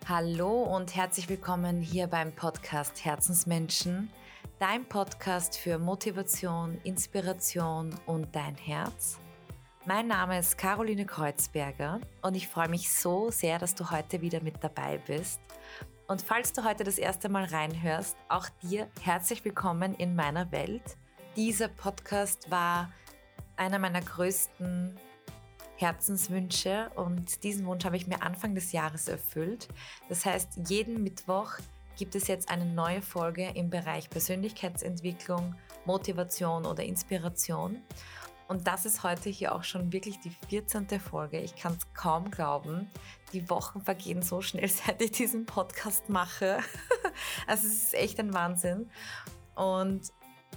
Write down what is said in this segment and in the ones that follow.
Hallo und herzlich willkommen hier beim Podcast Herzensmenschen, dein Podcast für Motivation, Inspiration und dein Herz. Mein Name ist Caroline Kreuzberger und ich freue mich so sehr, dass du heute wieder mit dabei bist. Und falls du heute das erste Mal reinhörst, auch dir herzlich willkommen in meiner Welt. Dieser Podcast war einer meiner größten Herzenswünsche und diesen Wunsch habe ich mir Anfang des Jahres erfüllt. Das heißt, jeden Mittwoch gibt es jetzt eine neue Folge im Bereich Persönlichkeitsentwicklung, Motivation oder Inspiration. Und das ist heute hier auch schon wirklich die 14. Folge. Ich kann es kaum glauben. Die Wochen vergehen so schnell, seit ich diesen Podcast mache. Also es ist echt ein Wahnsinn. Und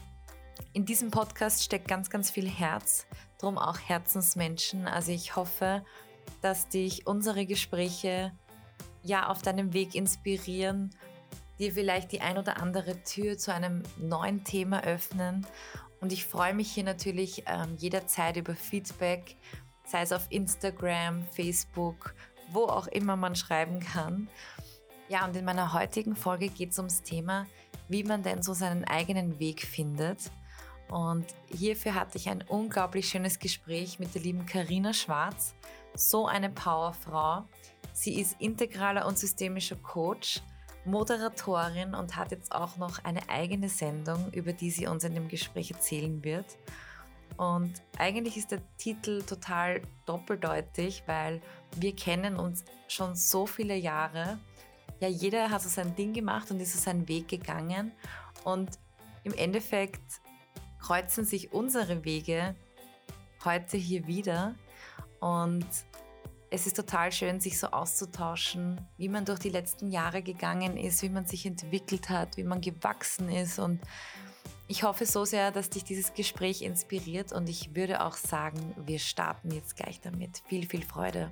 in diesem Podcast steckt ganz, ganz viel Herz, drum auch Herzensmenschen. Also ich hoffe, dass dich unsere Gespräche auf deinem Weg inspirieren, dir vielleicht die ein oder andere Tür zu einem neuen Thema öffnen. Und ich freue mich hier natürlich jederzeit über Feedback, sei es auf Instagram, Facebook, wo auch immer man schreiben kann. Ja, und in meiner heutigen Folge geht es ums Thema, wie man denn so seinen eigenen Weg findet. Und hierfür hatte ich ein unglaublich schönes Gespräch mit der lieben Carina Schwarz. So eine Powerfrau. Sie ist integraler und systemischer Coach, Moderatorin und hat jetzt auch noch eine eigene Sendung, über die sie uns in dem Gespräch erzählen wird. Und eigentlich ist der Titel total doppeldeutig, weil wir kennen uns schon so viele Jahre. Ja, jeder hat so sein Ding gemacht und ist so seinen Weg gegangen. Und im Endeffekt kreuzen sich unsere Wege heute hier wieder und es ist total schön, sich so auszutauschen, wie man durch die letzten Jahre gegangen ist, wie man sich entwickelt hat, wie man gewachsen ist und ich hoffe so sehr, dass dich dieses Gespräch inspiriert und ich würde auch sagen, wir starten jetzt gleich damit. Viel, viel Freude!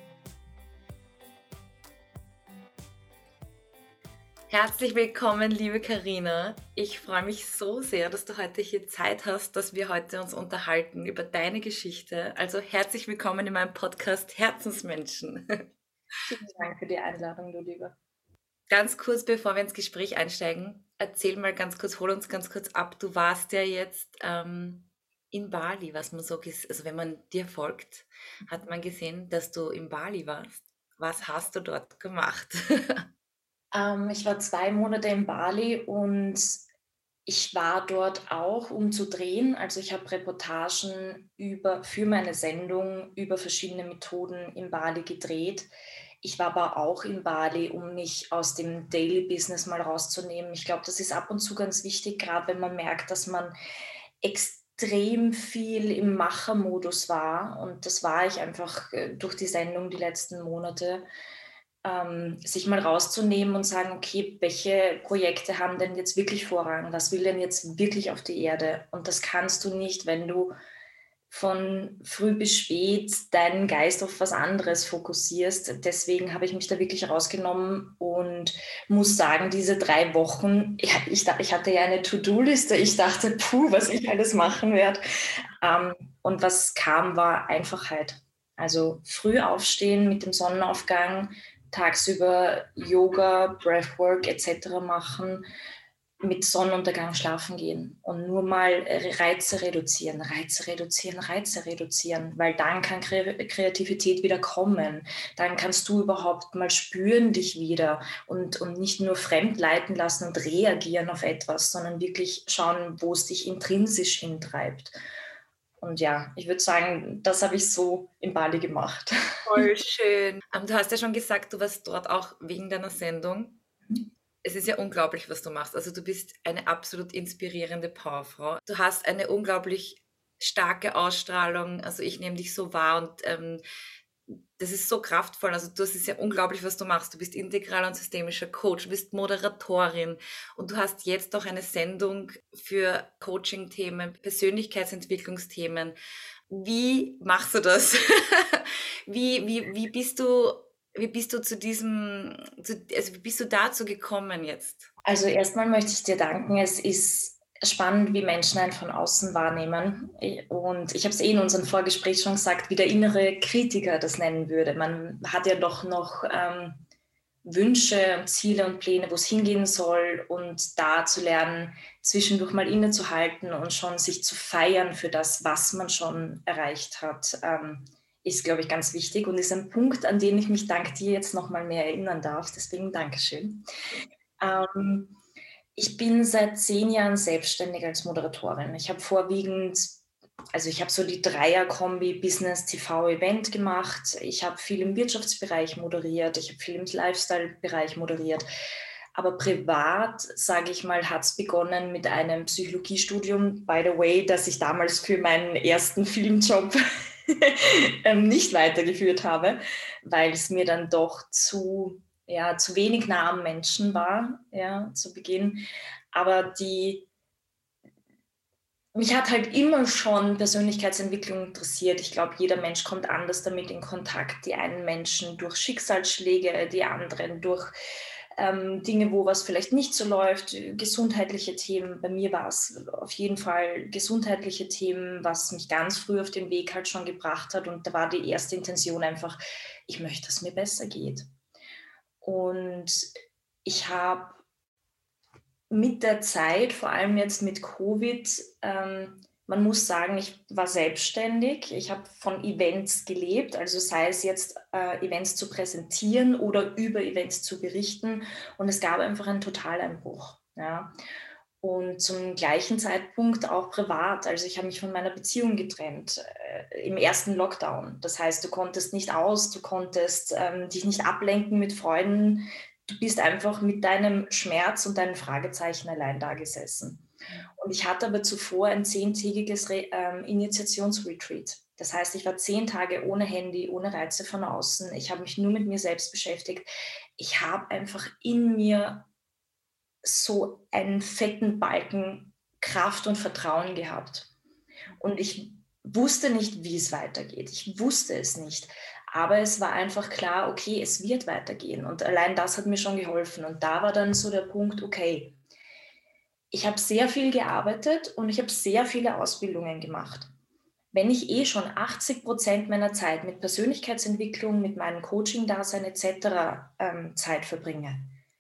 Herzlich willkommen, liebe Carina. Ich freue mich so sehr, dass du heute hier Zeit hast, dass wir heute uns unterhalten über deine Geschichte. Also herzlich willkommen in meinem Podcast Herzensmenschen. Vielen Dank für die Einladung, du Liebe. Ganz kurz, bevor wir ins Gespräch einsteigen, erzähl mal ganz kurz, hol uns ganz kurz ab. Du warst ja jetzt in Bali, was man so, also wenn man dir folgt, hat man gesehen, dass du in Bali warst. Was hast du dort gemacht? Ich war 2 Monate in Bali und ich war dort auch, um zu drehen. Also ich habe Reportagen für meine Sendung über verschiedene Methoden in Bali gedreht. Ich war aber auch in Bali, um mich aus dem Daily Business mal rauszunehmen. Ich glaube, das ist ab und zu ganz wichtig, gerade wenn man merkt, dass man extrem viel im Machermodus war. Und das war ich einfach durch die Sendung die letzten Monate. Sich mal rauszunehmen und sagen, okay, welche Projekte haben denn jetzt wirklich Vorrang? Was will denn jetzt wirklich auf die Erde? Und das kannst du nicht, wenn du von früh bis spät deinen Geist auf was anderes fokussierst. Deswegen habe ich mich da wirklich rausgenommen und muss sagen, diese 3 Wochen, ich hatte ja eine To-Do-Liste. Ich dachte, was ich alles machen werde. Und was kam, war Einfachheit. Also früh aufstehen mit dem Sonnenaufgang, tagsüber Yoga, Breathwork etc. machen, mit Sonnenuntergang schlafen gehen und nur mal Reize reduzieren, weil dann kann Kreativität wieder kommen. Dann kannst du überhaupt mal spüren dich wieder und nicht nur fremd leiten lassen und reagieren auf etwas, sondern wirklich schauen, wo es dich intrinsisch hintreibt. Und ja, ich würde sagen, das habe ich so in Bali gemacht. Voll schön. Du hast ja schon gesagt, du warst dort auch wegen deiner Sendung. Es ist ja unglaublich, was du machst. Also du bist eine absolut inspirierende Powerfrau. Du hast eine unglaublich starke Ausstrahlung. Also ich nehme dich so wahr und das ist so kraftvoll. Also das ist ja unglaublich, was du machst. Du bist integraler und systemischer Coach, du bist Moderatorin und du hast jetzt auch eine Sendung für Coaching-Themen, Persönlichkeitsentwicklungsthemen. Wie machst du das? Wie bist du zu diesem, wie bist du dazu gekommen jetzt? Also erstmal möchte ich dir danken. Es ist spannend, wie Menschen einen von außen wahrnehmen. Und ich habe es in unserem Vorgespräch schon gesagt, wie der innere Kritiker das nennen würde. Man hat ja doch noch Wünsche und Ziele und Pläne, wo es hingehen soll, und da zu lernen, zwischendurch mal innezuhalten und schon sich zu feiern für das, was man schon erreicht hat, ist, glaube ich, ganz wichtig und ist ein Punkt, an den ich mich dank dir jetzt noch mal mehr erinnern darf. Deswegen Dankeschön. Ich bin seit 10 Jahren selbstständig als Moderatorin. Ich habe vorwiegend, also ich habe so die Dreier-Kombi Business, TV, Event gemacht. Ich habe viel im Wirtschaftsbereich moderiert. Ich habe viel im Lifestyle-Bereich moderiert. Aber privat, sage ich mal, hat es begonnen mit einem Psychologiestudium, by the way, das ich damals für meinen ersten Filmjob nicht weitergeführt habe, weil es mir dann doch zu wenig nah am Menschen war, zu Beginn. Aber mich hat halt immer schon Persönlichkeitsentwicklung interessiert. Ich glaube, jeder Mensch kommt anders damit in Kontakt. Die einen Menschen durch Schicksalsschläge, die anderen durch Dinge, wo was vielleicht nicht so läuft, gesundheitliche Themen. Bei mir war es auf jeden Fall gesundheitliche Themen, was mich ganz früh auf den Weg halt schon gebracht hat. Und da war die erste Intention einfach, ich möchte, dass es mir besser geht. Und ich habe mit der Zeit, vor allem jetzt mit Covid, man muss sagen, ich war selbstständig. Ich habe von Events gelebt, also sei es jetzt Events zu präsentieren oder über Events zu berichten. Und es gab einfach einen Totaleinbruch. Ja. Und zum gleichen Zeitpunkt auch privat. Also ich habe mich von meiner Beziehung getrennt im ersten Lockdown. Das heißt, du konntest nicht aus, du konntest dich nicht ablenken mit Freunden. Du bist einfach mit deinem Schmerz und deinen Fragezeichen allein da gesessen. Und ich hatte aber zuvor ein 10-tägiges Initiationsretreat. Das heißt, ich war 10 Tage ohne Handy, ohne Reize von außen. Ich habe mich nur mit mir selbst beschäftigt. Ich habe einfach in mir so einen fetten Balken Kraft und Vertrauen gehabt. Und ich wusste nicht, wie es weitergeht. Ich wusste es nicht. Aber es war einfach klar, okay, es wird weitergehen. Und allein das hat mir schon geholfen. Und da war dann so der Punkt, okay, ich habe sehr viel gearbeitet und ich habe sehr viele Ausbildungen gemacht. Wenn ich schon 80% meiner Zeit mit Persönlichkeitsentwicklung, mit meinem Coaching-Dasein etc. Zeit verbringe,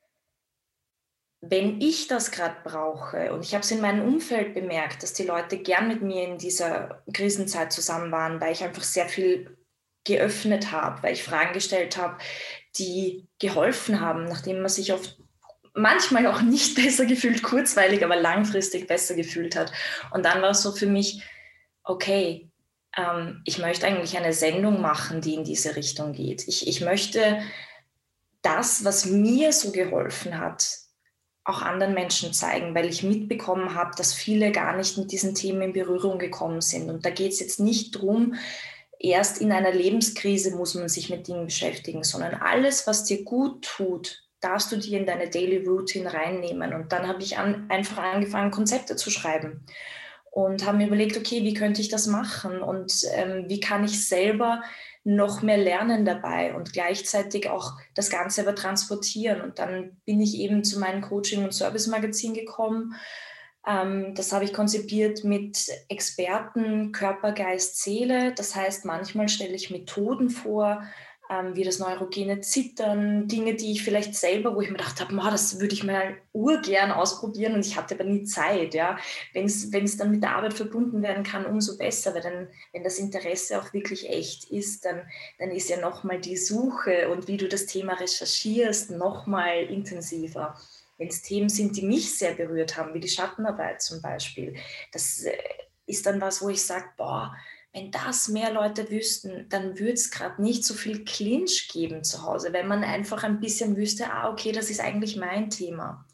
wenn ich das gerade brauche, und ich habe es in meinem Umfeld bemerkt, dass die Leute gern mit mir in dieser Krisenzeit zusammen waren, weil ich einfach sehr viel geöffnet habe, weil ich Fragen gestellt habe, die geholfen haben, nachdem man sich oft manchmal auch nicht besser gefühlt, kurzweilig, aber langfristig besser gefühlt hat. Und dann war es so für mich, okay, ich möchte eigentlich eine Sendung machen, die in diese Richtung geht. Ich möchte das, was mir so geholfen hat, auch anderen Menschen zeigen, weil ich mitbekommen habe, dass viele gar nicht mit diesen Themen in Berührung gekommen sind. Und da geht es jetzt nicht darum, erst in einer Lebenskrise muss man sich mit Dingen beschäftigen, sondern alles, was dir gut tut, darfst du dir in deine Daily Routine reinnehmen. Und dann habe ich einfach angefangen, Konzepte zu schreiben und habe mir überlegt, okay, wie könnte ich das machen und wie kann ich selber noch mehr lernen dabei und gleichzeitig auch das Ganze aber transportieren. Und dann bin ich eben zu meinem Coaching- und Service-Magazin gekommen. Das habe ich konzipiert mit Experten Körper, Geist, Seele. Das heißt, manchmal stelle ich Methoden vor, wie das neurogene Zittern, Dinge, die ich vielleicht selber, wo ich mir gedacht habe, das würde ich mal urgern ausprobieren, und ich hatte aber nie Zeit. Ja. Wenn es dann mit der Arbeit verbunden werden kann, umso besser, weil dann, wenn das Interesse auch wirklich echt ist, dann ist ja nochmal die Suche und wie du das Thema recherchierst, nochmal intensiver. Wenn es Themen sind, die mich sehr berührt haben, wie die Schattenarbeit zum Beispiel, das ist dann was, wo ich sage, wenn das mehr Leute wüssten, dann würde es gerade nicht so viel Clinch geben zu Hause, wenn man einfach ein bisschen wüsste, okay, das ist eigentlich mein Thema.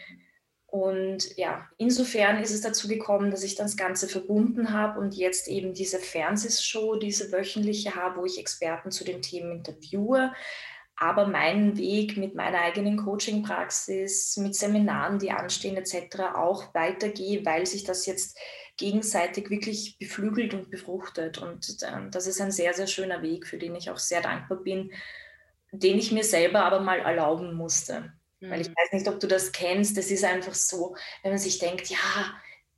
Und ja, insofern ist es dazu gekommen, dass ich das Ganze verbunden habe und jetzt eben diese Fernsehshow, diese wöchentliche habe, wo ich Experten zu den Themen interviewe, aber meinen Weg mit meiner eigenen Coaching-Praxis, mit Seminaren, die anstehen etc. auch weitergehe, weil sich das jetzt gegenseitig wirklich beflügelt und befruchtet. Und das ist ein sehr, sehr schöner Weg, für den ich auch sehr dankbar bin, den ich mir selber aber mal erlauben musste. Weil ich weiß nicht, ob du das kennst, das ist einfach so, wenn man sich denkt,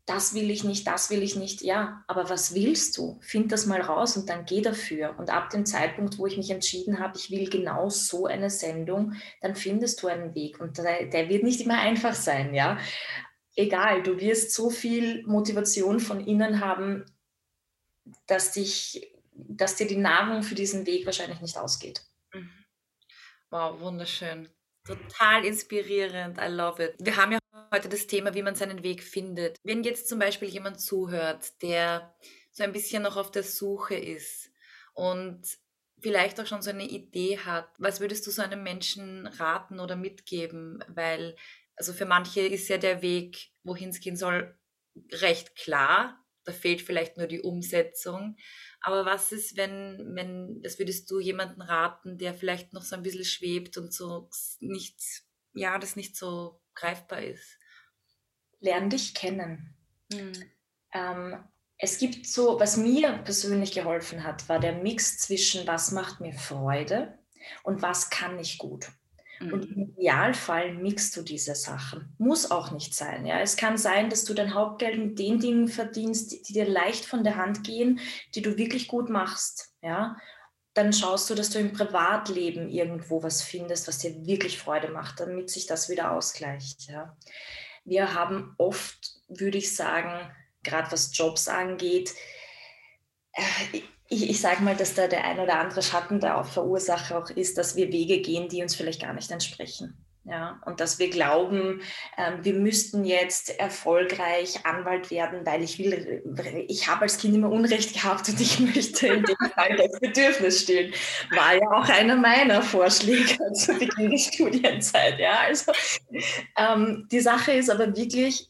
das will ich nicht. Ja, aber was willst du? Find das mal raus und dann geh dafür. Und ab dem Zeitpunkt, wo ich mich entschieden habe, ich will genau so eine Sendung, dann findest du einen Weg. Und der wird nicht immer einfach sein, ja. Egal, du wirst so viel Motivation von innen haben, dass dir die Nahrung für diesen Weg wahrscheinlich nicht ausgeht. Mhm. Wow, wunderschön. Total inspirierend. I love it. Wir haben ja heute das Thema, wie man seinen Weg findet. Wenn jetzt zum Beispiel jemand zuhört, der so ein bisschen noch auf der Suche ist und vielleicht auch schon so eine Idee hat, was würdest du so einem Menschen raten oder mitgeben? Weil, also für manche ist ja der Weg, wohin es gehen soll, recht klar. Da fehlt vielleicht nur die Umsetzung. Aber was ist, das würdest du jemanden raten, der vielleicht noch so ein bisschen schwebt und so nicht, ja, das nicht so greifbar ist? Lern dich kennen. Mhm. Es gibt so, was mir persönlich geholfen hat, war der Mix zwischen was macht mir Freude und was kann ich gut. Und Mhm. im Idealfall mixt du diese Sachen. Muss auch nicht sein. Ja? Es kann sein, dass du dein Hauptgeld mit den Dingen verdienst, die dir leicht von der Hand gehen, die du wirklich gut machst. Ja? Dann schaust du, dass du im Privatleben irgendwo was findest, was dir wirklich Freude macht, damit sich das wieder ausgleicht. Ja? Wir haben oft, würde ich sagen, gerade was Jobs angeht, ich sage mal, dass da der ein oder andere Schatten der Verursacher auch ist, dass wir Wege gehen, die uns vielleicht gar nicht entsprechen. Ja, und dass wir glauben, wir müssten jetzt erfolgreich Anwalt werden, weil ich habe als Kind immer Unrecht gehabt und ich möchte in dem Fall das Bedürfnis stillen. War ja auch einer meiner Vorschläge zu Beginn der Studienzeit. Ja, also die Sache ist aber wirklich,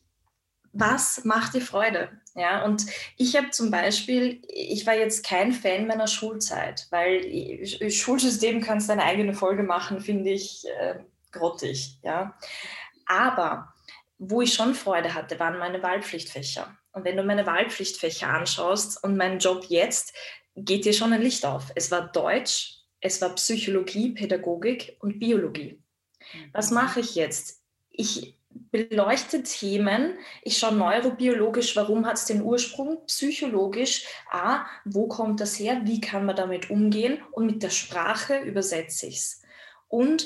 was macht dir Freude? Ja, und ich habe zum Beispiel, ich war jetzt kein Fan meiner Schulzeit, weil Schulsystem kannst deine eigene Folge machen, finde ich grottig. Ja. Aber wo ich schon Freude hatte, waren meine Wahlpflichtfächer. Und wenn du meine Wahlpflichtfächer anschaust und meinen Job jetzt, geht dir schon ein Licht auf. Es war Deutsch, es war Psychologie, Pädagogik und Biologie. Was mache ich jetzt? Ich beleuchte Themen, ich schaue neurobiologisch, warum hat es den Ursprung, psychologisch, wo kommt das her, wie kann man damit umgehen und mit der Sprache übersetze ich es. Und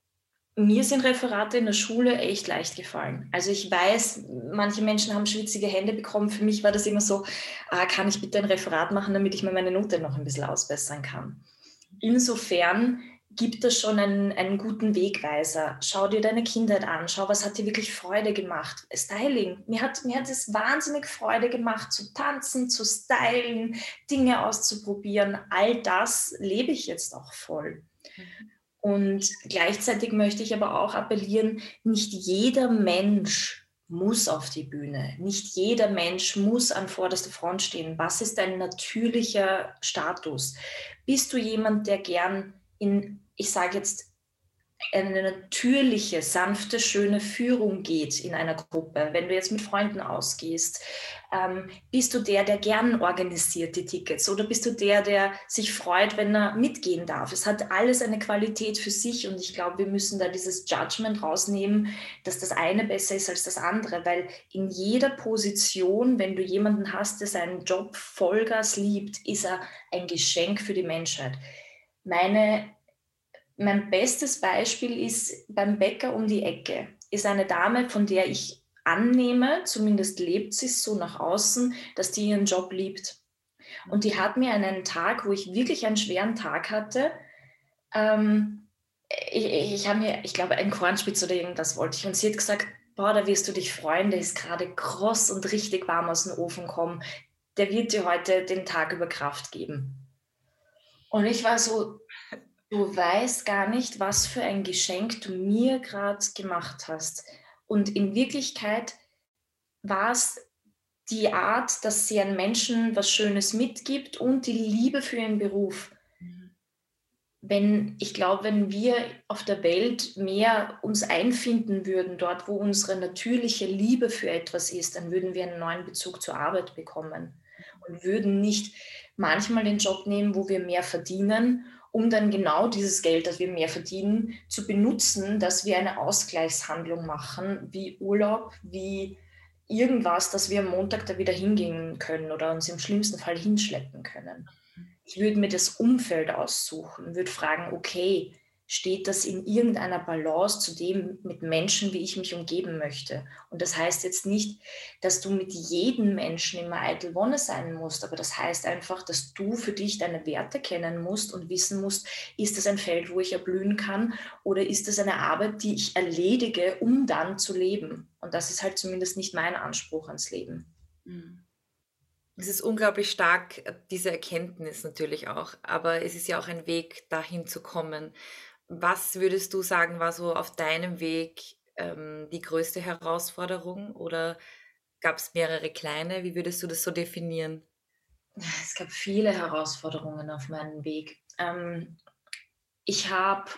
mir sind Referate in der Schule echt leicht gefallen. Also ich weiß, manche Menschen haben schwitzige Hände bekommen. Für mich war das immer so, kann ich bitte ein Referat machen, damit ich mir meine Note noch ein bisschen ausbessern kann. Insofern gibt es schon einen guten Wegweiser. Schau dir deine Kindheit an, schau, was hat dir wirklich Freude gemacht. Styling, mir hat es wahnsinnig Freude gemacht, zu tanzen, zu stylen, Dinge auszuprobieren. All das lebe ich jetzt auch voll. Und gleichzeitig möchte ich aber auch appellieren, nicht jeder Mensch muss auf die Bühne. Nicht jeder Mensch muss an vorderster Front stehen. Was ist dein natürlicher Status? Bist du jemand, der gern ich sage jetzt, eine natürliche, sanfte, schöne Führung geht in einer Gruppe, wenn du jetzt mit Freunden ausgehst? Bist du der gern organisiert, die Tickets? Oder bist du der sich freut, wenn er mitgehen darf? Es hat alles eine Qualität für sich und ich glaube, wir müssen da dieses Judgment rausnehmen, dass das eine besser ist als das andere, weil in jeder Position, wenn du jemanden hast, der seinen Job Vollgas liebt, ist er ein Geschenk für die Menschheit. Mein bestes Beispiel ist beim Bäcker um die Ecke. Ist eine Dame, von der ich annehme, zumindest lebt sie so nach außen, dass die ihren Job liebt. Und die hat mir einen Tag, wo ich wirklich einen schweren Tag hatte, ich habe mir, ich glaube, ein Kornspitz oder irgendwas wollte ich. Und sie hat gesagt, boah, da wirst du dich freuen, der ist gerade kross und richtig warm aus dem Ofen kommen. Der wird dir heute den Tag über Kraft geben. Und ich war so, du weißt gar nicht, was für ein Geschenk du mir gerade gemacht hast. Und in Wirklichkeit war es die Art, dass sie einem Menschen was Schönes mitgibt und die Liebe für ihren Beruf. Ich glaube, wenn wir auf der Welt mehr uns einfinden würden, dort, wo unsere natürliche Liebe für etwas ist, dann würden wir einen neuen Bezug zur Arbeit bekommen und würden nicht manchmal den Job nehmen, wo wir mehr verdienen, um dann genau dieses Geld, das wir mehr verdienen, zu benutzen, dass wir eine Ausgleichshandlung machen, wie Urlaub, wie irgendwas, dass wir am Montag da wieder hingehen können oder uns im schlimmsten Fall hinschleppen können. Ich würde mir das Umfeld aussuchen, würde fragen, okay, steht das in irgendeiner Balance zu dem mit Menschen, wie ich mich umgeben möchte? Und das heißt jetzt nicht, dass du mit jedem Menschen immer eitel Wonne sein musst, aber das heißt einfach, dass du für dich deine Werte kennen musst und wissen musst, ist das ein Feld, wo ich erblühen kann, oder ist das eine Arbeit, die ich erledige, um dann zu leben? Und das ist halt zumindest nicht mein Anspruch ans Leben. Es ist unglaublich stark, diese Erkenntnis natürlich auch, aber es ist ja auch ein Weg, dahin zu kommen. Was würdest du sagen, war so auf deinem Weg die größte Herausforderung oder gab es mehrere kleine? Wie würdest du das so definieren? Es gab viele Herausforderungen auf meinem Weg. Ich habe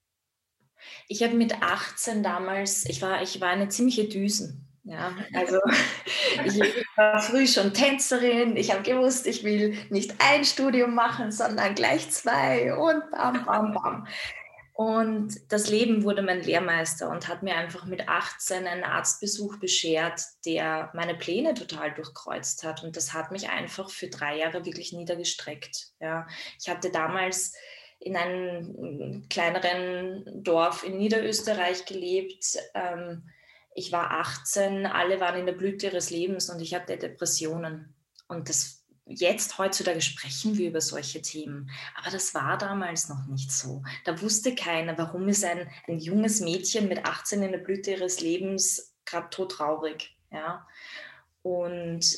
mit 18 damals, ich war eine ziemliche Düsen. Ja, also ich war früh schon Tänzerin. Ich habe gewusst, ich will nicht ein Studium machen, sondern gleich zwei und bam, bam, bam. Und das Leben wurde mein Lehrmeister und hat mir einfach mit 18 einen Arztbesuch beschert, der meine Pläne total durchkreuzt hat. Und das hat mich einfach für 3 Jahre wirklich niedergestreckt. Ja. Ich hatte damals in einem kleineren Dorf in Niederösterreich gelebt. Ich war 18, alle waren in der Blüte ihres Lebens und ich hatte Depressionen. Und jetzt heutzutage sprechen wir über solche Themen, aber das war damals noch nicht so. Da wusste keiner, warum ist ein junges Mädchen mit 18 in der Blüte ihres Lebens gerade todtraurig. Ja? Und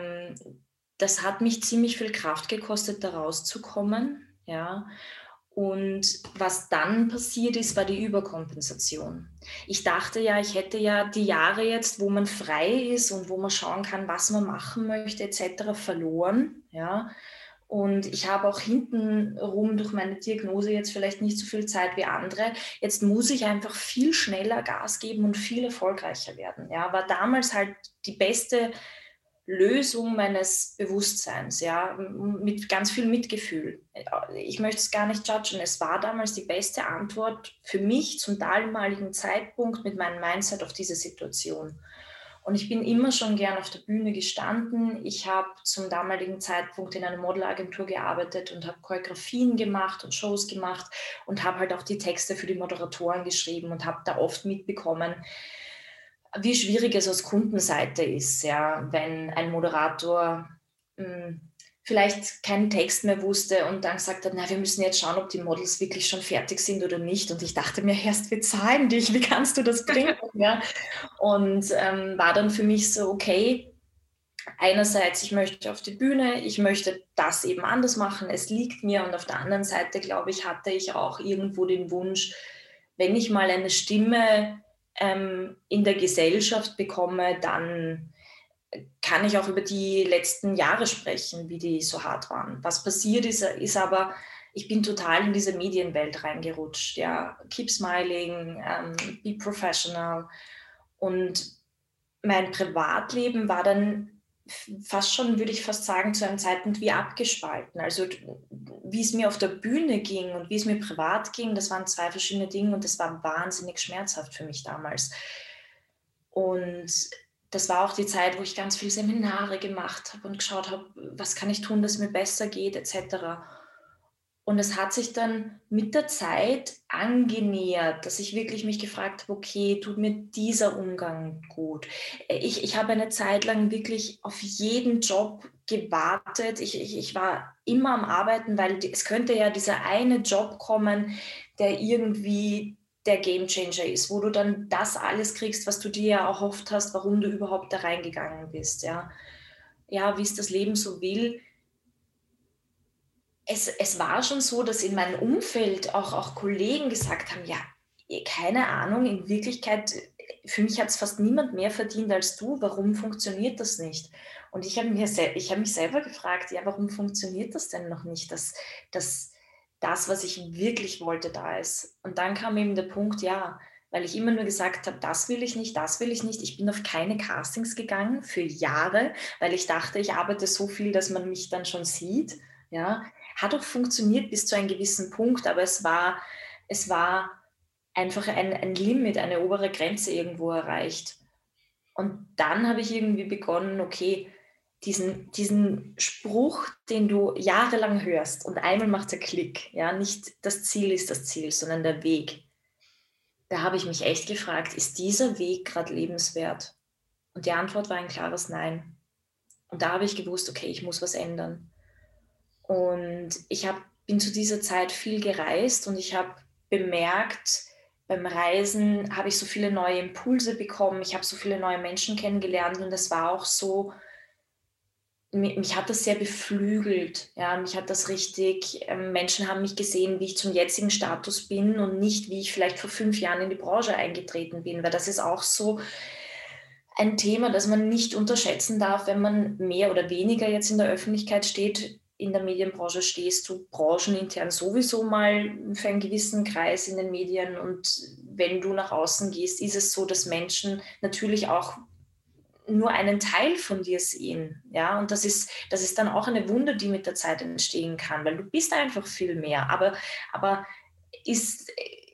das hat mich ziemlich viel Kraft gekostet, da rauszukommen. Ja? Und was dann passiert ist, war die Überkompensation. Ich dachte ja, ich hätte ja die Jahre jetzt, wo man frei ist und wo man schauen kann, was man machen möchte, etc., verloren. Ja? Und ich habe auch hintenrum durch meine Diagnose jetzt vielleicht nicht so viel Zeit wie andere. Jetzt muss ich einfach viel schneller Gas geben und viel erfolgreicher werden. Ja? War damals halt die beste Lösung meines Bewusstseins, ja, mit ganz viel Mitgefühl. Ich möchte es gar nicht judgen. Es war damals die beste Antwort für mich zum damaligen Zeitpunkt mit meinem Mindset auf diese Situation. Und ich bin immer schon gern auf der Bühne gestanden. Ich habe zum damaligen Zeitpunkt in einer Modelagentur gearbeitet und habe Choreografien gemacht und Shows gemacht und habe halt auch die Texte für die Moderatoren geschrieben und habe da oft mitbekommen, wie schwierig es aus Kundenseite ist, ja, wenn ein Moderator vielleicht keinen Text mehr wusste und dann gesagt hat, na, wir müssen jetzt schauen, ob die Models wirklich schon fertig sind oder nicht. Und ich dachte mir, erst wir zahlen dich, wie kannst du das bringen? Ja? Und war dann für mich so, okay, einerseits, ich möchte auf die Bühne, ich möchte das eben anders machen, es liegt mir. Und auf der anderen Seite, glaube ich, hatte ich auch irgendwo den Wunsch, wenn ich mal eine Stimme in der Gesellschaft bekomme, dann kann ich auch über die letzten Jahre sprechen, wie die so hart waren. Was passiert ist aber, ich bin total in diese Medienwelt reingerutscht. Ja, keep smiling, be professional. Und mein Privatleben war dann fast schon, würde ich fast sagen, zu einem Zeitpunkt wie abgespalten. Also wie es mir auf der Bühne ging und wie es mir privat ging, das waren zwei verschiedene Dinge und das war wahnsinnig schmerzhaft für mich damals. Und das war auch die Zeit, wo ich ganz viele Seminare gemacht habe und geschaut habe, was kann ich tun, dass es mir besser geht, etc. Und es hat sich dann mit der Zeit angenähert, dass ich wirklich mich gefragt habe, okay, tut mir dieser Umgang gut? Ich habe eine Zeit lang wirklich auf jeden Job gewartet. Ich war immer am Arbeiten, weil es könnte ja dieser eine Job kommen, der irgendwie der Gamechanger ist, wo du dann das alles kriegst, was du dir ja erhofft hast, warum du überhaupt da reingegangen bist. Ja, ja, wie es das Leben so will. Es war schon so, dass in meinem Umfeld auch Kollegen gesagt haben, ja, keine Ahnung, in Wirklichkeit, für mich hat es fast niemand mehr verdient als du, warum funktioniert das nicht? Und ich habe mich selber gefragt, ja, warum funktioniert das denn noch nicht, dass das, was ich wirklich wollte, da ist? Und dann kam eben der Punkt, ja, weil ich immer nur gesagt habe, das will ich nicht, das will ich nicht. Ich bin auf keine Castings gegangen für Jahre, weil ich dachte, ich arbeite so viel, dass man mich dann schon sieht. Ja, hat auch funktioniert bis zu einem gewissen Punkt, aber es war einfach ein Limit, eine obere Grenze irgendwo erreicht. Und dann habe ich irgendwie begonnen, okay, diesen Spruch, den du jahrelang hörst und einmal macht der Klick, ja, nicht das Ziel ist das Ziel, sondern der Weg. Da habe ich mich echt gefragt, ist dieser Weg gerade lebenswert? Und die Antwort war ein klares Nein. Und da habe ich gewusst, okay, ich muss was ändern. Und bin zu dieser Zeit viel gereist und ich habe bemerkt, beim Reisen habe ich so viele neue Impulse bekommen, ich habe so viele neue Menschen kennengelernt und es war auch so, mich hat das sehr beflügelt. Ja, mich hat das richtig, Menschen haben mich gesehen, wie ich zum jetzigen Status bin und nicht, wie ich vielleicht vor 5 Jahren in die Branche eingetreten bin, weil das ist auch so ein Thema, das man nicht unterschätzen darf, wenn man mehr oder weniger jetzt in der Öffentlichkeit steht. In der Medienbranche stehst du branchenintern sowieso mal für einen gewissen Kreis in den Medien. Und wenn du nach außen gehst, ist es so, dass Menschen natürlich auch nur einen Teil von dir sehen. Ja? Und das ist dann auch eine Wunde, die mit der Zeit entstehen kann, weil du bist einfach viel mehr. Aber ist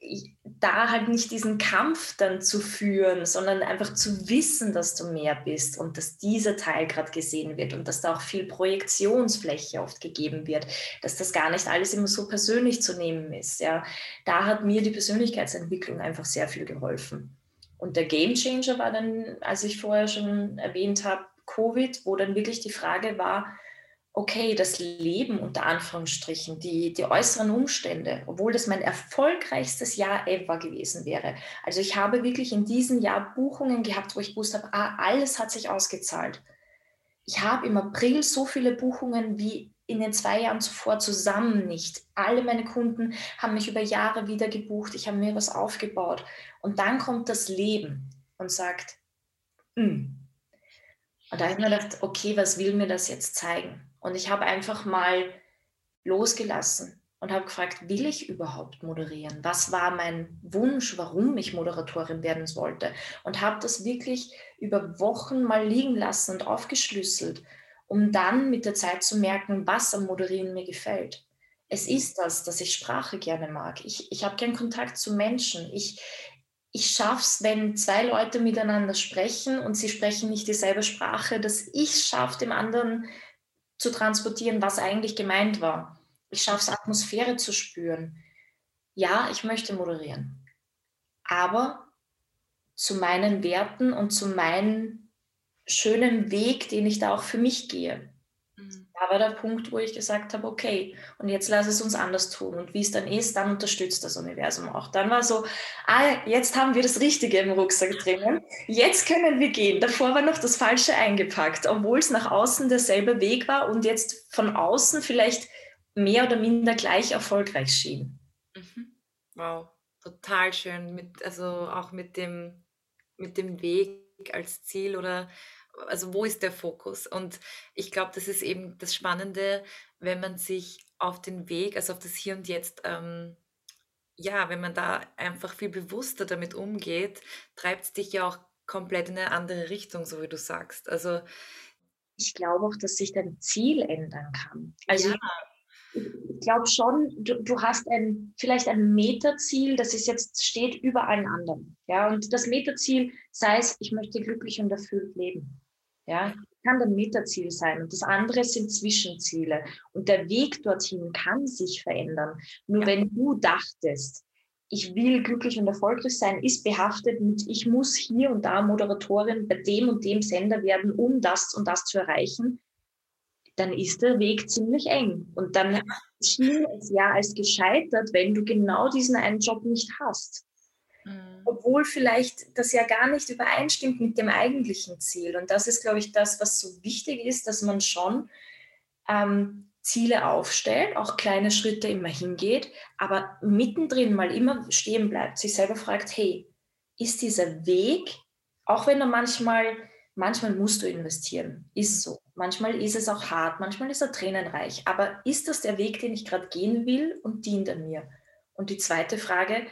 da halt nicht diesen Kampf dann zu führen, sondern einfach zu wissen, dass du mehr bist und dass dieser Teil gerade gesehen wird und dass da auch viel Projektionsfläche oft gegeben wird, dass das gar nicht alles immer so persönlich zu nehmen ist. Ja. Da hat mir die Persönlichkeitsentwicklung einfach sehr viel geholfen. Und der Gamechanger war dann, als ich vorher schon erwähnt habe, Covid, wo dann wirklich die Frage war, okay, das Leben unter Anführungsstrichen, die äußeren Umstände, obwohl das mein erfolgreichstes Jahr ever gewesen wäre. Also ich habe wirklich in diesem Jahr Buchungen gehabt, wo ich gewusst habe, alles hat sich ausgezahlt. Ich habe im April so viele Buchungen wie in den 2 Jahren zuvor zusammen nicht. Alle meine Kunden haben mich über Jahre wieder gebucht, ich habe mir was aufgebaut. Und dann kommt das Leben und sagt, Und da habe ich mir gedacht, okay, was will mir das jetzt zeigen? Und ich habe einfach mal losgelassen und habe gefragt, will ich überhaupt moderieren? Was war mein Wunsch, warum ich Moderatorin werden wollte? Und habe das wirklich über Wochen mal liegen lassen und aufgeschlüsselt, um dann mit der Zeit zu merken, was am Moderieren mir gefällt. Es ist das, dass ich Sprache gerne mag. Ich habe gern Kontakt zu Menschen. Ich schaffe es, wenn 2 Leute miteinander sprechen und sie sprechen nicht dieselbe Sprache, dass ich schaffe, dem anderen zu transportieren, was eigentlich gemeint war. Ich schaffe es, Atmosphäre zu spüren. Ja, ich möchte moderieren, aber zu meinen Werten und zu meinem schönen Weg, den ich da auch für mich gehe. Da war der Punkt, wo ich gesagt habe, okay, und jetzt lass es uns anders tun. Und wie es dann ist, dann unterstützt das Universum auch. Dann war so, jetzt haben wir das Richtige im Rucksack drinnen. Jetzt können wir gehen. Davor war noch das Falsche eingepackt, obwohl es nach außen derselbe Weg war und jetzt von außen vielleicht mehr oder minder gleich erfolgreich schien. Wow, total schön. Also auch mit dem Weg als Ziel oder also wo ist der Fokus? Und ich glaube, das ist eben das Spannende, wenn man sich auf den Weg, also auf das Hier und Jetzt, ja, wenn man da einfach viel bewusster damit umgeht, treibt es dich ja auch komplett in eine andere Richtung, so wie du sagst. Also Ich glaube auch, dass sich dein Ziel ändern kann. Also ja, ich glaube schon, du hast vielleicht ein Metaziel, das ist jetzt, steht über allen anderen. Ja, und das Metaziel, sei es, ich möchte glücklich und erfüllt leben. Ja, kann ein Metaziel sein. Und das andere sind Zwischenziele. Und der Weg dorthin kann sich verändern. Nur Ja. wenn du dachtest, ich will glücklich und erfolgreich sein, ist behaftet mit, ich muss hier und da Moderatorin bei dem und dem Sender werden, um das und das zu erreichen, dann ist der Weg ziemlich eng. Und dann schien es ja als gescheitert, wenn du genau diesen einen Job nicht hast. Obwohl vielleicht das ja gar nicht übereinstimmt mit dem eigentlichen Ziel. Und das ist, glaube ich, das, was so wichtig ist, dass man schon Ziele aufstellt, auch kleine Schritte immer hingeht, aber mittendrin mal immer stehen bleibt, sich selber fragt, hey, ist dieser Weg, auch wenn er manchmal musst du investieren, ist so. Manchmal ist es auch hart, manchmal ist er tränenreich, aber ist das der Weg, den ich gerade gehen will und dient er mir? Und die zweite Frage,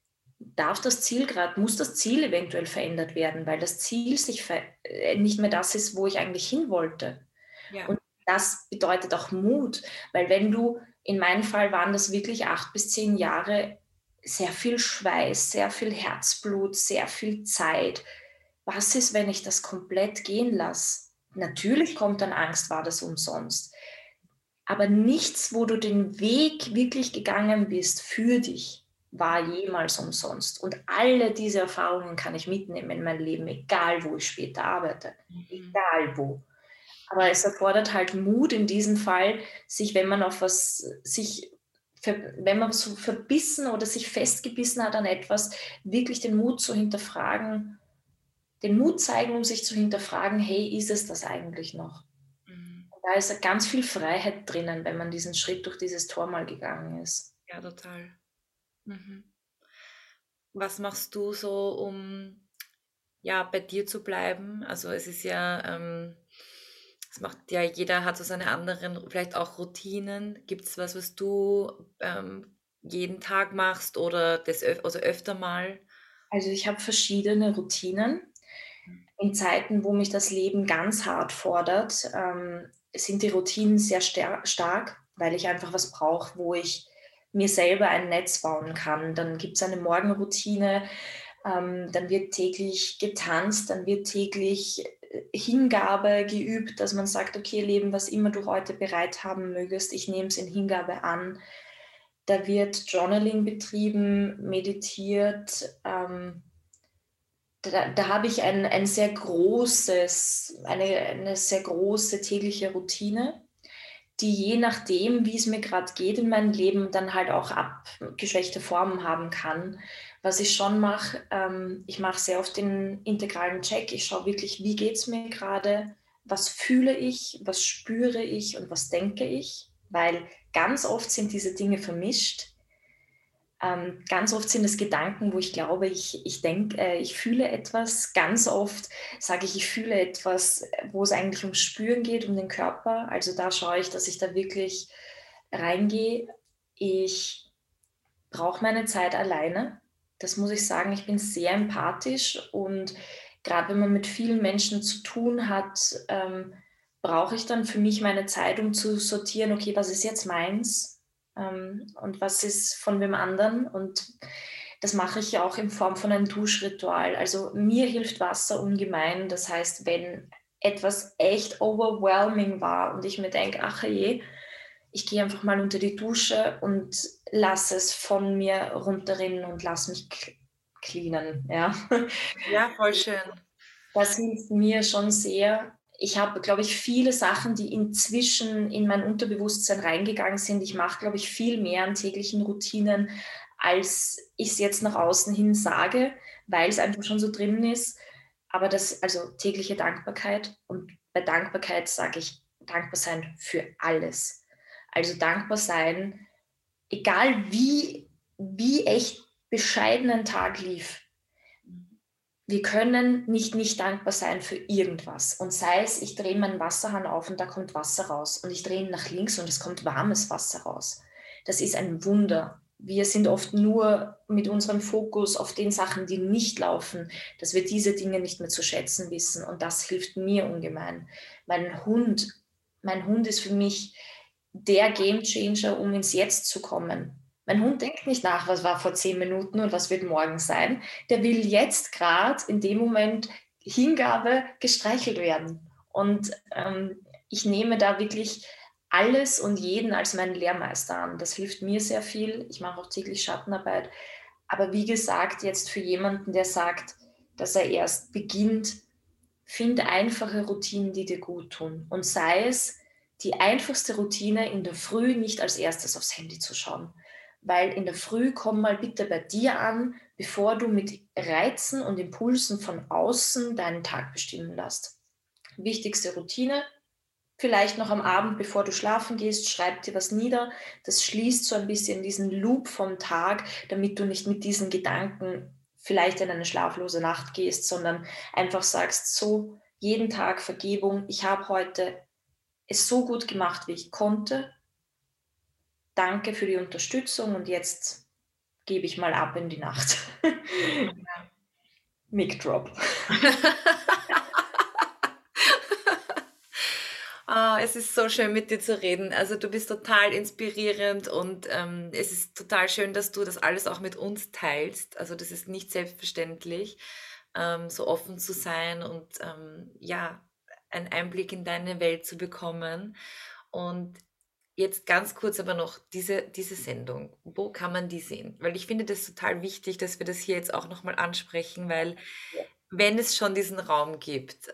muss das Ziel eventuell verändert werden, weil das Ziel nicht mehr das ist, wo ich eigentlich hin wollte. Ja. Und das bedeutet auch Mut, weil in meinem Fall waren das wirklich 8 bis 10 Jahre, sehr viel Schweiß, sehr viel Herzblut, sehr viel Zeit, was ist, wenn ich das komplett gehen lasse? Natürlich kommt dann Angst, war das umsonst. Aber nichts, wo du den Weg wirklich gegangen bist für dich, war jemals umsonst. Und alle diese Erfahrungen kann ich mitnehmen in mein Leben, egal wo ich später arbeite, egal wo. Aber es erfordert halt Mut in diesem Fall, sich, wenn man auf was sich wenn man so verbissen oder sich festgebissen hat an etwas, wirklich den Mut zu hinterfragen, den Mut zeigen, um sich zu hinterfragen: „Hey, ist es das eigentlich noch?“ Mhm. Da ist ganz viel Freiheit drinnen, wenn man diesen Schritt durch dieses Tor mal gegangen ist. Ja, total. Mhm. Was machst du so, um ja, bei dir zu bleiben? Also es ist ja, es macht ja, jeder hat so seine anderen, vielleicht auch Routinen. Gibt es was, was du jeden Tag machst oder also öfter mal? Also, ich habe verschiedene Routinen. In Zeiten, wo mich das Leben ganz hart fordert, sind die Routinen sehr stark, weil ich einfach was brauche, wo ich mir selber ein Netz bauen kann. Dann gibt es eine Morgenroutine, dann wird täglich getanzt, dann wird täglich Hingabe geübt, dass man sagt: „Okay, Leben, was immer du heute bereit haben mögest, ich nehme es in Hingabe an.“ Da wird Journaling betrieben, meditiert, da habe ich ein sehr großes eine sehr große tägliche Routine, die je nachdem, wie es mir gerade geht in meinem Leben, dann halt auch abgeschwächte Formen haben kann. Was ich schon mache, ich mache sehr oft den integralen Check. Ich schaue wirklich, wie geht's mir gerade? Was fühle ich? Was spüre ich und was denke ich? Weil ganz oft sind diese Dinge vermischt. Ganz oft sind es Gedanken, wo ich glaube, ich denke, ich fühle etwas. Ganz oft sage ich fühle etwas, wo es eigentlich ums Spüren geht, um den Körper. Also da schaue ich, dass ich da wirklich reingehe. Ich brauche meine Zeit alleine. Das muss ich sagen. Ich bin sehr empathisch und gerade wenn man mit vielen Menschen zu tun hat, brauche ich dann für mich meine Zeit, um zu sortieren, okay, was ist jetzt meins, und was ist von wem anderen. Und das mache ich ja auch in Form von einem Duschritual. Also mir hilft Wasser ungemein. Das heißt, wenn etwas echt overwhelming war und ich mir denke, ach je, ich gehe einfach mal unter die Dusche und lasse es von mir runterrinnen und lasse mich cleanen. Ja. Ja, voll schön. Das hilft mir schon sehr. Ich habe, glaube ich, viele Sachen, die inzwischen in mein Unterbewusstsein reingegangen sind. Ich mache, glaube ich, viel mehr an täglichen Routinen, als ich es jetzt nach außen hin sage, weil es einfach schon so drin ist. Aber das, also tägliche Dankbarkeit, und bei Dankbarkeit sage ich dankbar sein für alles. Also dankbar sein, egal wie echt bescheiden ein Tag lief. Wir können nicht dankbar sein für irgendwas. Und sei es, ich drehe meinen Wasserhahn auf und da kommt Wasser raus. Und ich drehe ihn nach links und es kommt warmes Wasser raus. Das ist ein Wunder. Wir sind oft nur mit unserem Fokus auf den Sachen, die nicht laufen, dass wir diese Dinge nicht mehr zu schätzen wissen. Und das hilft mir ungemein. Mein Hund, mein Hund ist für mich der Gamechanger, um ins Jetzt zu kommen. Mein Hund denkt nicht nach, was war vor 10 Minuten und was wird morgen sein. Der will jetzt gerade in dem Moment Hingabe gestreichelt werden. Und ich nehme da wirklich alles und jeden als meinen Lehrmeister an. Das hilft mir sehr viel. Ich mache auch täglich Schattenarbeit. Aber wie gesagt, jetzt für jemanden, der sagt, dass er erst beginnt, finde einfache Routinen, die dir gut tun. Und sei es die einfachste Routine, in der Früh nicht als erstes aufs Handy zu schauen. Weil in der Früh komm mal bitte bei dir an, bevor du mit Reizen und Impulsen von außen deinen Tag bestimmen lässt. Wichtigste Routine, vielleicht noch am Abend, bevor du schlafen gehst, schreib dir was nieder. Das schließt so ein bisschen diesen Loop vom Tag, damit du nicht mit diesen Gedanken vielleicht in eine schlaflose Nacht gehst, sondern einfach sagst, so jeden Tag Vergebung. Ich habe heute es so gut gemacht, wie ich konnte. Danke für die Unterstützung und jetzt gebe ich mal ab in die Nacht. Mic drop. Es ist so schön, mit dir zu reden. Also du bist total inspirierend und es ist total schön, dass du das alles auch mit uns teilst. Also das ist nicht selbstverständlich. so offen zu sein und einen Einblick in deine Welt zu bekommen. Und jetzt ganz kurz aber noch diese Sendung. Wo kann man die sehen? Weil ich finde das total wichtig, dass wir das hier jetzt auch nochmal ansprechen, weil wenn es schon diesen Raum gibt,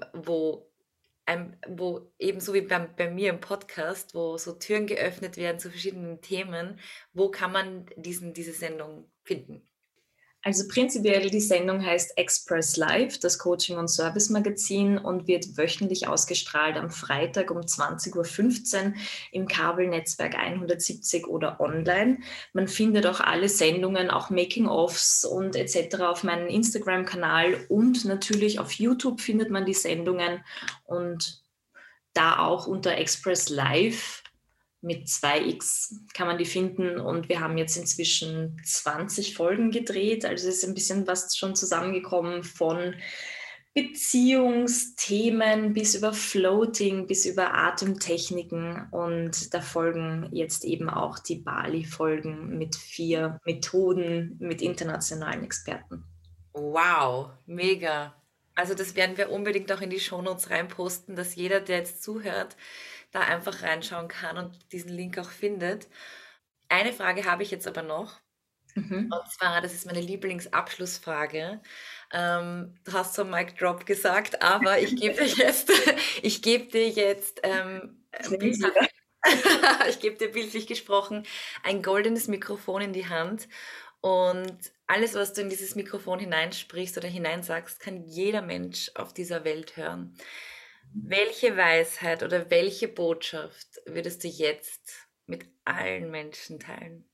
wo ebenso wie bei mir im Podcast, wo so Türen geöffnet werden zu verschiedenen Themen, wo kann man diese Sendung finden? Also prinzipiell die Sendung heißt Express Live, das Coaching- und Service-Magazin, und wird wöchentlich ausgestrahlt am Freitag um 20:15 Uhr im Kabelnetzwerk 170 oder online. Man findet auch alle Sendungen, auch Making-ofs und etc. auf meinem Instagram-Kanal, und natürlich auf YouTube findet man die Sendungen, und da auch unter Express Live mit 2x kann man die finden, und wir haben jetzt inzwischen 20 Folgen gedreht, also ist ein bisschen was schon zusammengekommen, von Beziehungsthemen bis über Floating, bis über Atemtechniken, und da folgen jetzt eben auch die Bali-Folgen mit 4 Methoden mit internationalen Experten. Wow, mega. Also das werden wir unbedingt auch in die Shownotes reinposten, dass jeder, der jetzt zuhört, da einfach reinschauen kann und diesen Link auch findet. Eine Frage habe ich jetzt aber noch. Und zwar, das ist meine Lieblingsabschlussfrage. Du hast so Mic Drop gesagt, aber ich gebe dir jetzt bildlich, ich gebe dir bildlich gesprochen ein goldenes Mikrofon in die Hand, und alles, was du in dieses Mikrofon hineinsprichst oder hineinsagst, kann jeder Mensch auf dieser Welt hören. Welche Weisheit oder welche Botschaft würdest du jetzt mit allen Menschen teilen?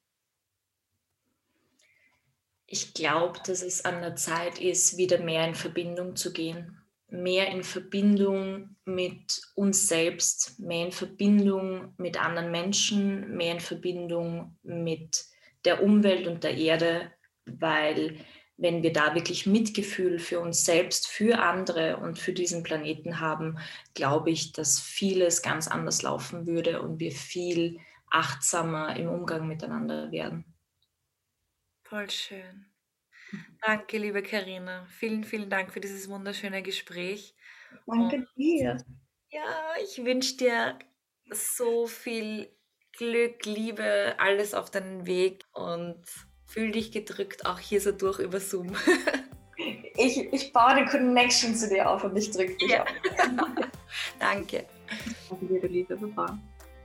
Ich glaube, dass es an der Zeit ist, wieder mehr in Verbindung zu gehen. Mehr in Verbindung mit uns selbst, mehr in Verbindung mit anderen Menschen, mehr in Verbindung mit der Umwelt und der Erde, weil wenn wir da wirklich Mitgefühl für uns selbst, für andere und für diesen Planeten haben, glaube ich, dass vieles ganz anders laufen würde und wir viel achtsamer im Umgang miteinander werden. Voll schön. Danke, liebe Karina. Vielen, vielen Dank für dieses wunderschöne Gespräch. Danke dir. Ja, ich wünsche dir so viel Glück, Liebe, alles auf deinen Weg, und fühl dich gedrückt, auch hier so durch über Zoom. Ich baue eine Connection zu dir auf und ich drücke dich auf. Danke. Danke dir, du liebe Papa.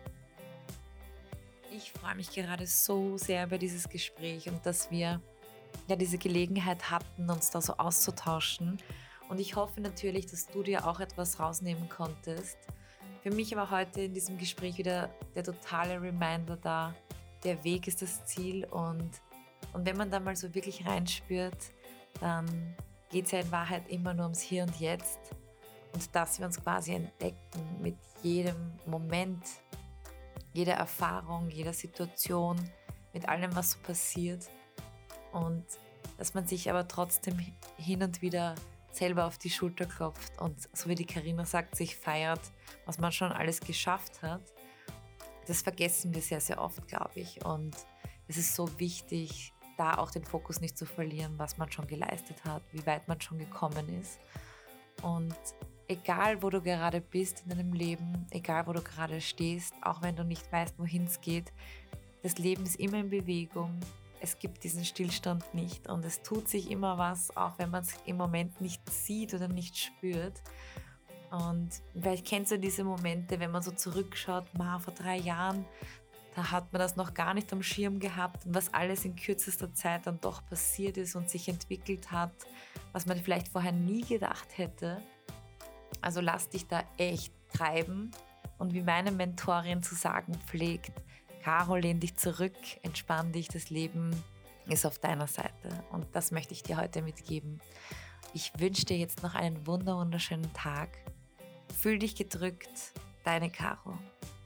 Ich freue mich gerade so sehr über dieses Gespräch und dass wir ja diese Gelegenheit hatten, uns da so auszutauschen. Und ich hoffe natürlich, dass du dir auch etwas rausnehmen konntest. Für mich war heute in diesem Gespräch wieder der totale Reminder da, der Weg ist das Ziel, und wenn man da mal so wirklich reinspürt, dann geht es ja in Wahrheit immer nur ums Hier und Jetzt, und dass wir uns quasi entdecken mit jedem Moment, jeder Erfahrung, jeder Situation, mit allem, was so passiert, und dass man sich aber trotzdem hin und wieder selber auf die Schulter klopft und, so wie die Karina sagt, sich feiert, was man schon alles geschafft hat. Das vergessen wir sehr, sehr oft, glaube ich, und es ist so wichtig, da auch den Fokus nicht zu verlieren, was man schon geleistet hat, wie weit man schon gekommen ist. Und egal, wo du gerade bist in deinem Leben, egal, wo du gerade stehst, auch wenn du nicht weißt, wohin es geht, das Leben ist immer in Bewegung. Es gibt diesen Stillstand nicht, und es tut sich immer was, auch wenn man es im Moment nicht sieht oder nicht spürt. Und vielleicht kennst du diese Momente, wenn man so zurückschaut, vor 3 Jahren, da hat man das noch gar nicht am Schirm gehabt, und was alles in kürzester Zeit dann doch passiert ist und sich entwickelt hat, was man vielleicht vorher nie gedacht hätte. Also lass dich da echt treiben, und wie meine Mentorin zu sagen pflegt: Caro, lehn dich zurück, entspann dich, das Leben ist auf deiner Seite, und das möchte ich dir heute mitgeben. Ich wünsche dir jetzt noch einen wunderschönen Tag. Fühl dich gedrückt, deine Caro.